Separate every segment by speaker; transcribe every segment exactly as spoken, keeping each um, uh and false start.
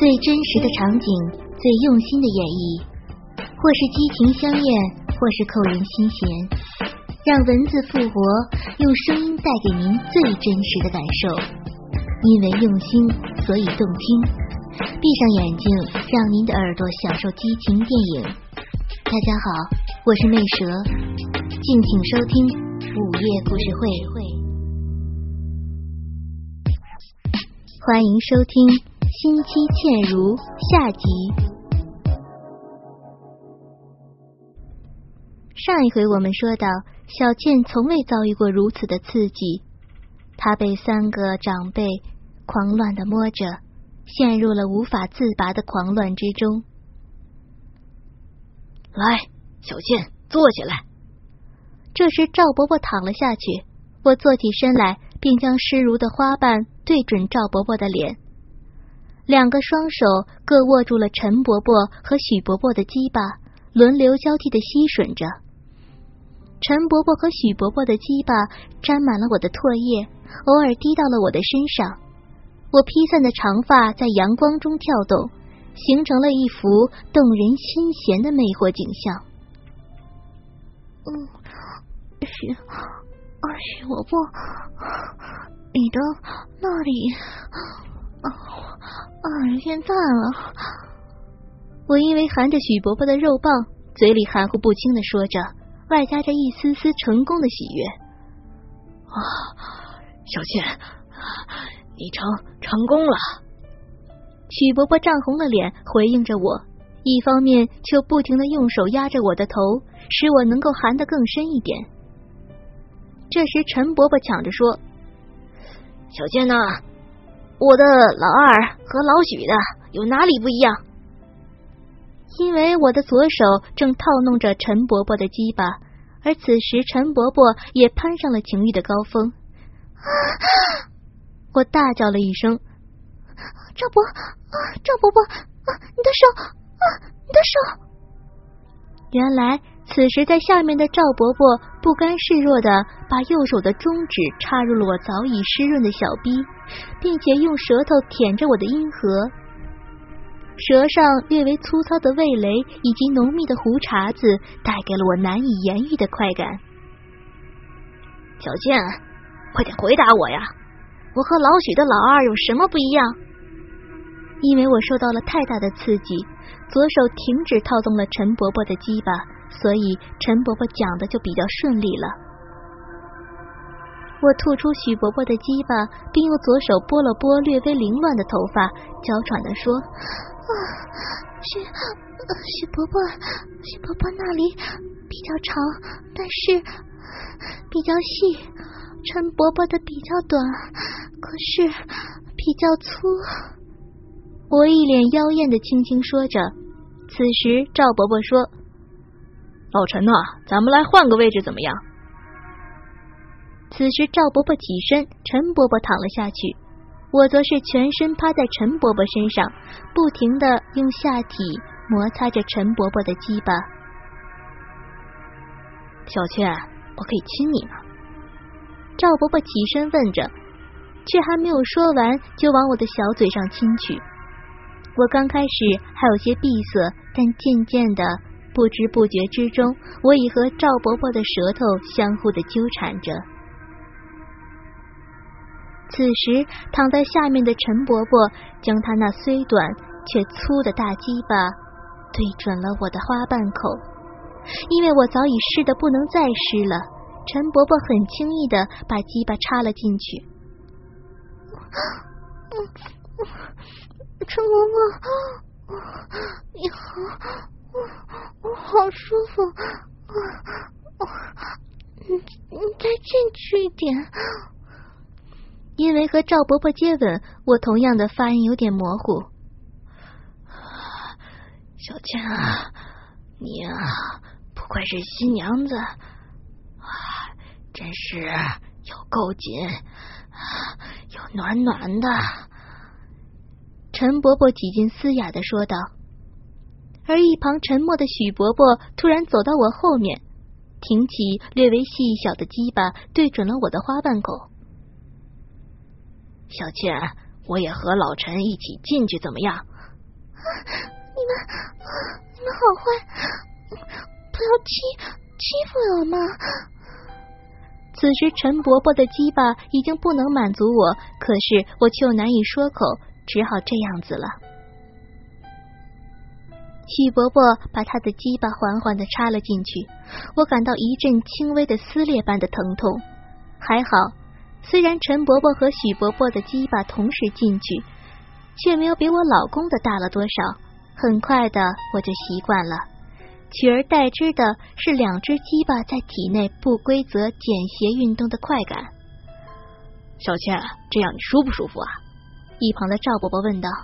Speaker 1: 最真实的场景，最用心的演绎，或是激情相艳，或是扣人心弦，让文字复活，用声音带给您最真实的感受。因为用心，所以动听。闭上眼睛，让您的耳朵享受激情电影。大家好，我是魅蛇，敬请收听午夜故事会。欢迎收听心妻倩如下集。上一回我们说到，小倩从未遭遇过如此的刺激，她被三个长辈狂乱地摸着，陷入了无法自拔的狂乱之中。
Speaker 2: 来，小倩，坐起来。
Speaker 1: 这时赵伯伯躺了下去，我坐起身来，并将湿如的花瓣对准赵伯伯的脸，两个双手各握住了陈伯伯和许伯伯的鸡巴，轮流交替地吸吮着。陈伯伯和许伯伯的鸡巴沾满了我的唾液，偶尔滴到了我的身上。我披散的长发在阳光中跳动，形成了一幅动人心弦的魅惑景象。
Speaker 3: 嗯，许啊许伯伯，你的那里啊耳现在了。
Speaker 1: 我因为含着许伯伯的肉棒，嘴里含糊不清地说着，外加着一丝丝成功的喜悦。
Speaker 2: 啊，小倩，你成成功了。
Speaker 1: 许伯伯涨红了脸，回应着我，一方面却不停地用手压着我的头，使我能够含得更深一点。这时陈伯伯抢着说：
Speaker 2: 小倩呐、啊，我的老二和老许的有哪里不一样？
Speaker 1: 因为我的左手正套弄着陈伯伯的鸡巴，而此时陈伯伯也攀上了情欲的高峰。啊、我大叫了一声：
Speaker 3: 赵伯赵伯伯、啊、你的手啊你的手！
Speaker 1: 原来此时在下面的赵伯伯不甘示弱的把右手的中指插入了我早已湿润的小臂，并且用舌头舔着我的阴核，舌上略为粗糙的味蕾以及浓密的胡茬子带给了我难以言喻的快感。
Speaker 2: 小倩，快点回答我呀，我和老许的老二有什么不一样？
Speaker 1: 因为我受到了太大的刺激，左手停止套动了陈伯伯的鸡巴，所以陈伯伯讲的就比较顺利了。我吐出许伯伯的鸡巴，并用左手拨了拨略微凌乱的头发，娇喘地说：
Speaker 3: 啊，许许伯伯许伯伯那里比较长，但是比较细，陈伯伯的比较短，可是比较粗。
Speaker 1: 我一脸妖艳的轻轻说着。此时赵伯伯说：
Speaker 2: 老陈呐、啊，咱们来换个位置怎么样？
Speaker 1: 此时赵伯伯起身，陈伯伯躺了下去，我则是全身趴在陈伯伯身上，不停地用下体摩擦着陈伯伯的鸡巴。
Speaker 2: 小倩，我可以亲你吗？
Speaker 1: 赵伯伯起身问着，却还没有说完就往我的小嘴上亲去。我刚开始还有些闭塞，但渐渐的不知不觉之中，我已和赵伯伯的舌头相互的纠缠着。此时躺在下面的陈伯伯将他那虽短却粗的大鸡巴对准了我的花瓣口，因为我早已湿得不能再湿了，陈伯伯很轻易的把鸡巴插了进去。
Speaker 3: 嗯嗯陈伯伯，你好，我我好舒服，你你再进去一点。
Speaker 1: 因为和赵伯伯接吻，我同样的发音有点模糊。
Speaker 2: 小倩啊，你啊，不愧是新娘子，啊，真是又够紧，又暖暖的。
Speaker 1: 陈伯伯几近嘶哑的说道，而一旁沉默的许伯伯突然走到我后面，挺起略微细小的鸡巴对准了我的花瓣口。
Speaker 2: 小倩，我也和老陈一起进去怎么样？
Speaker 3: 你们你们好坏，不要欺欺负我嘛！
Speaker 1: 此时陈伯伯的鸡巴已经不能满足我，可是我却又难以说口，只好这样子了。许伯伯把他的鸡巴缓缓地插了进去，我感到一阵轻微的撕裂般的疼痛。还好，虽然陈伯伯和许伯伯的鸡巴同时进去，却没有比我老公的大了多少。很快的我就习惯了，取而代之的是两只鸡巴在体内不规则简谐运动的快感。
Speaker 2: 小倩，这样你舒不舒服啊？
Speaker 1: 一旁的赵伯伯问道。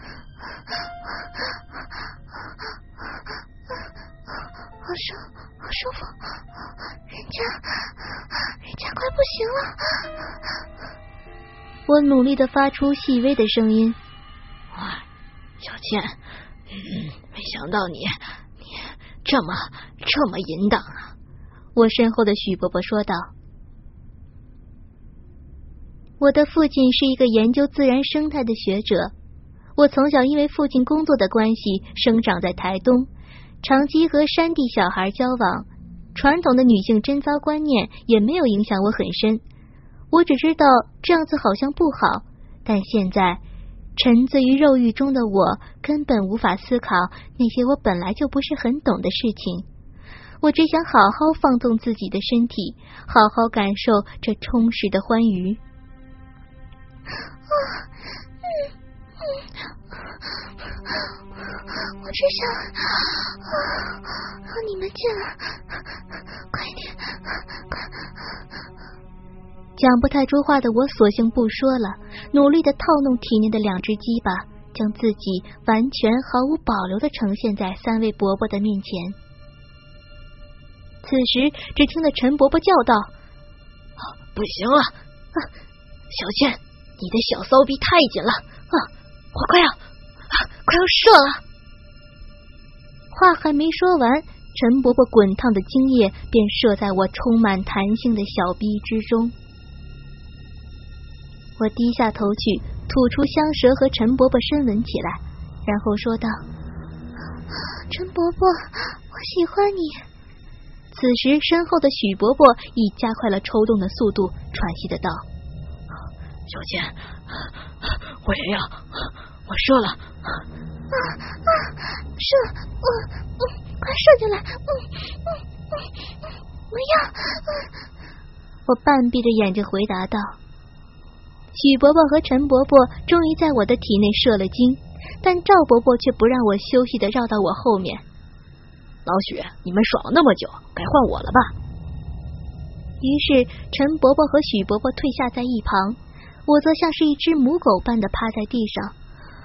Speaker 3: 好舒好舒服，人家人家快不行了。
Speaker 1: 我努力的发出细微的声音。
Speaker 2: 哇，小倩，嗯，没想到你你这么这么淫荡啊！
Speaker 1: 我身后的许伯伯说道。我的父亲是一个研究自然生态的学者，我从小因为父亲工作的关系生长在台东，长期和山地小孩交往，传统的女性贞操观念也没有影响我很深。我只知道这样子好像不好，但现在沉醉于肉欲中的我根本无法思考那些我本来就不是很懂的事情。我只想好好放纵自己的身体，好好感受这充实的欢愉。
Speaker 3: 啊，嗯嗯，我只想啊，让你们进来，快点，快！
Speaker 1: 讲不太出话的我索性不说了，努力的套弄体内的两只鸡巴，将自己完全毫无保留的呈现在三位伯伯的面前。此时只听得陈伯伯叫道：
Speaker 2: 不行了啊，小倩，你的小骚逼太紧了啊，我快要啊快要射了。
Speaker 1: 话还没说完，陈伯伯滚烫的精液便射在我充满弹性的小逼之中。我低下头去，吐出香舌和陈伯伯深吻起来，然后说道：
Speaker 3: 陈伯伯，我喜欢你。
Speaker 1: 此时身后的许伯伯已加快了抽动的速度，喘息的道：
Speaker 2: 小倩，我也要，我射了。
Speaker 3: 啊啊！射，嗯嗯，快射进来，嗯嗯嗯嗯，我要。嗯、
Speaker 1: 我半闭着眼睛回答道。许伯伯和陈伯伯终于在我的体内射了精，但赵伯伯却不让我休息的绕到我后面。
Speaker 2: 老许，你们爽了那么久，该换我了吧？
Speaker 1: 于是陈伯伯和许伯伯退下在一旁，我则像是一只母狗般的趴在地上。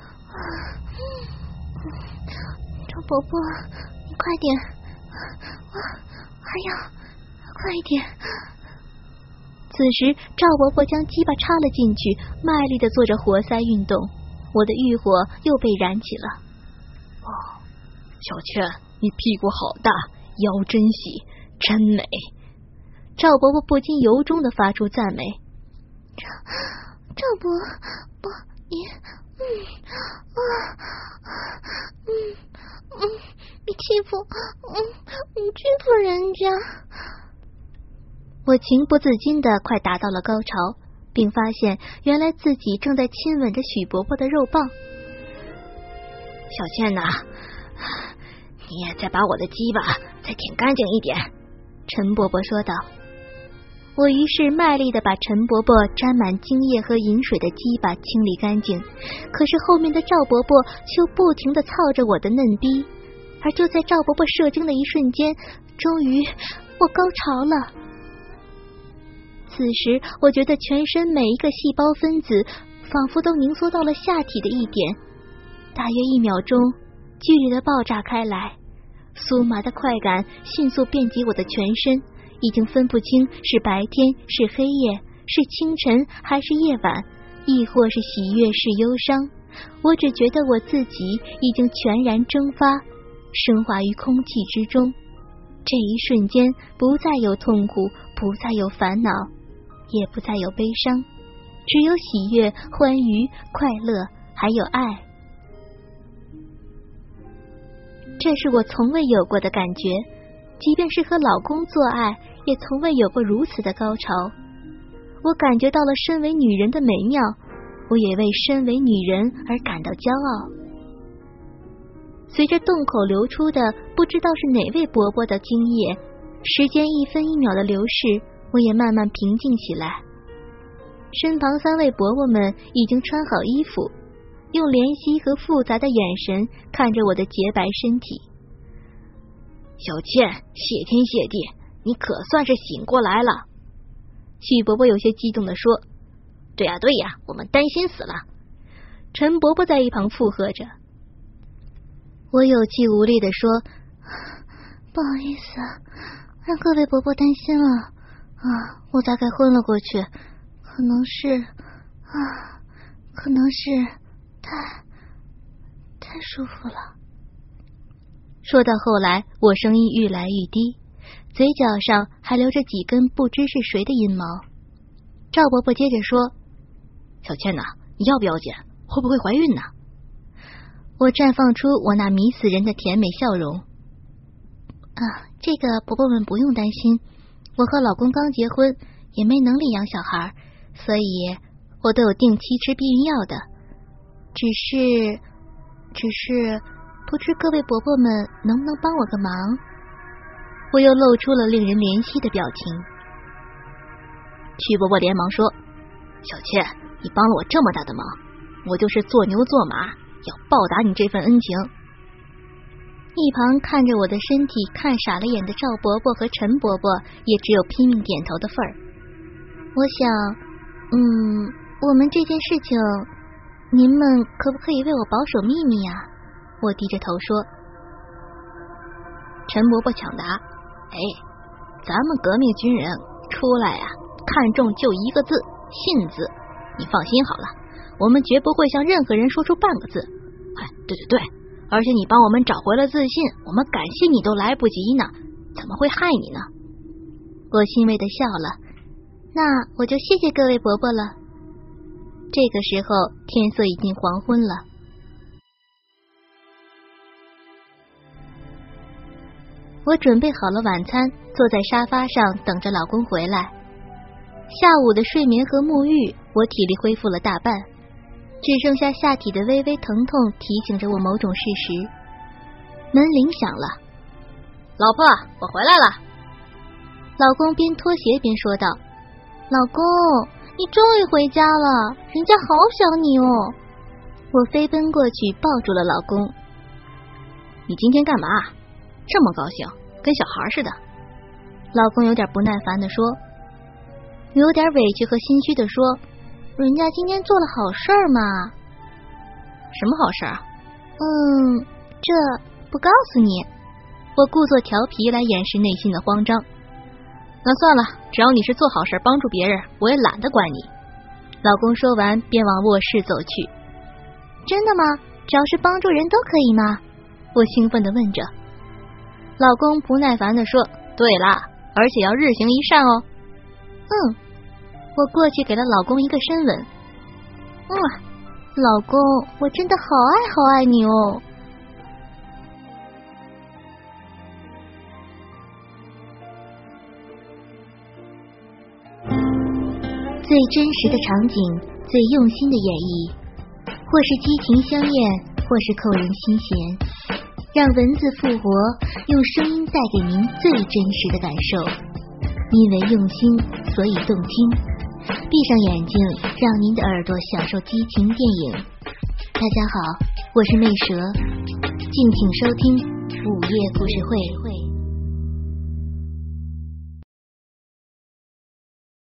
Speaker 3: 赵伯伯，你快点，我还要快一点。
Speaker 1: 此时赵伯伯将鸡巴插了进去，卖力的做着活塞运动，我的欲火又被燃起了。
Speaker 2: 哦，小倩，你屁股好大，腰真细，真美。
Speaker 1: 赵伯伯不禁由衷的发出赞美。
Speaker 3: 赵赵伯伯，你嗯啊嗯嗯，你欺负嗯你欺负人家。
Speaker 1: 我情不自禁的快达到了高潮，并发现原来自己正在亲吻着许伯伯的肉棒。
Speaker 2: 小倩呐、啊，你也再把我的鸡巴再舔干净一点。
Speaker 1: 陈伯伯说道。我于是卖力的把陈伯伯沾满精液和饮水的鸡巴清理干净，可是后面的赵伯伯却不停的操着我的嫩逼，而就在赵伯伯射精的一瞬间，终于我高潮了。此时我觉得全身每一个细胞分子仿佛都凝缩到了下体的一点，大约一秒钟，剧烈的爆炸开来，酥麻的快感迅速遍及我的全身，已经分不清是白天是黑夜，是清晨还是夜晚，亦或是喜悦是忧伤。我只觉得我自己已经全然蒸发，升华于空气之中。这一瞬间不再有痛苦，不再有烦恼，也不再有悲伤，只有喜悦、欢愉、快乐，还有爱。 这是我从未有过的感觉，即便是和老公做爱，也从未有过如此的高潮。我感觉到了身为女人的美妙，我也为身为女人而感到骄傲。随着洞口流出的不知道是哪位伯伯的精液，时间一分一秒的流逝，我也慢慢平静起来。身旁三位伯伯们已经穿好衣服，用怜惜和复杂的眼神看着我的洁白身体。
Speaker 2: 小倩，谢天谢地，你可算是醒过来了。
Speaker 1: 许伯伯有些激动地说。
Speaker 2: 对呀对呀，我们担心死了。
Speaker 1: 陈伯伯在一旁附和着。我有气无力地说，
Speaker 3: 不好意思，让各位伯伯担心了啊！我大概昏了过去，可能是啊，可能是太太舒服了。
Speaker 1: 说到后来，我声音愈来愈低，嘴角上还留着几根不知是谁的阴毛。赵伯伯接着说，
Speaker 2: 小倩呐，你要不要紧？会不会怀孕呢？
Speaker 1: 我绽放出我那迷死人的甜美笑容。啊，这个伯伯们不用担心，我和老公刚结婚，也没能力养小孩，所以我都有定期吃避孕药的。只是，只是不知各位伯伯们能不能帮我个忙？我又露出了令人怜惜的表情。
Speaker 2: 曲伯伯连忙说，小倩，你帮了我这么大的忙，我就是做牛做马，要报答你这份恩情。
Speaker 1: 一旁看着我的身体看傻了眼的赵伯伯和陈伯伯也只有拼命点头的份儿。我想，嗯，我们这件事情，您们可不可以为我保守秘密呀？我低着头说。
Speaker 2: 陈伯伯抢答，哎，咱们革命军人出来啊，看重就一个字，信字。你放心好了，我们绝不会向任何人说出半个字。哎，对对对，而且你帮我们找回了自信，我们感谢你都来不及呢，怎么会害你呢？
Speaker 1: 我欣慰的笑了，那我就谢谢各位伯伯了。这个时候天色已经黄昏了。我准备好了晚餐，坐在沙发上等着老公回来。下午的睡眠和沐浴，我体力恢复了大半，只剩下下体的微微疼痛提醒着我某种事实。门铃响了。
Speaker 2: 老婆，我回来了。
Speaker 1: 老公边脱鞋边说道。
Speaker 3: 老公，你终于回家了，人家好想你哦。
Speaker 1: 我飞奔过去抱住了老公。
Speaker 2: 你今天干嘛这么高兴，跟小孩似的？
Speaker 1: 老公有点不耐烦地说。有点委屈和心虚地说，
Speaker 3: 人家今天做了好事儿嘛。
Speaker 2: 什么好事啊？
Speaker 3: 嗯，这不告诉你。
Speaker 1: 我故作调皮来掩饰内心的慌张。
Speaker 2: 那算了，只要你是做好事帮助别人，我也懒得管你。
Speaker 1: 老公说完便往卧室走去。
Speaker 3: 真的吗？只要是帮助人都可以吗？
Speaker 1: 我兴奋地问着。老公不耐烦地说，
Speaker 2: 对啦，而且要日行一善哦。
Speaker 1: 嗯，我过去给了老公一个深吻。
Speaker 3: 哇、嗯，老公，我真的好爱好爱你哦。
Speaker 1: 最真实的场景，最用心的演绎，或是激情相艳，或是扣人心弦，让文字复活，用声音带给您最真实的感受。因为用心，所以动听。闭上眼睛，让您的耳朵享受激情电影。大家好，我是魅蛇，敬请收听午夜故事会。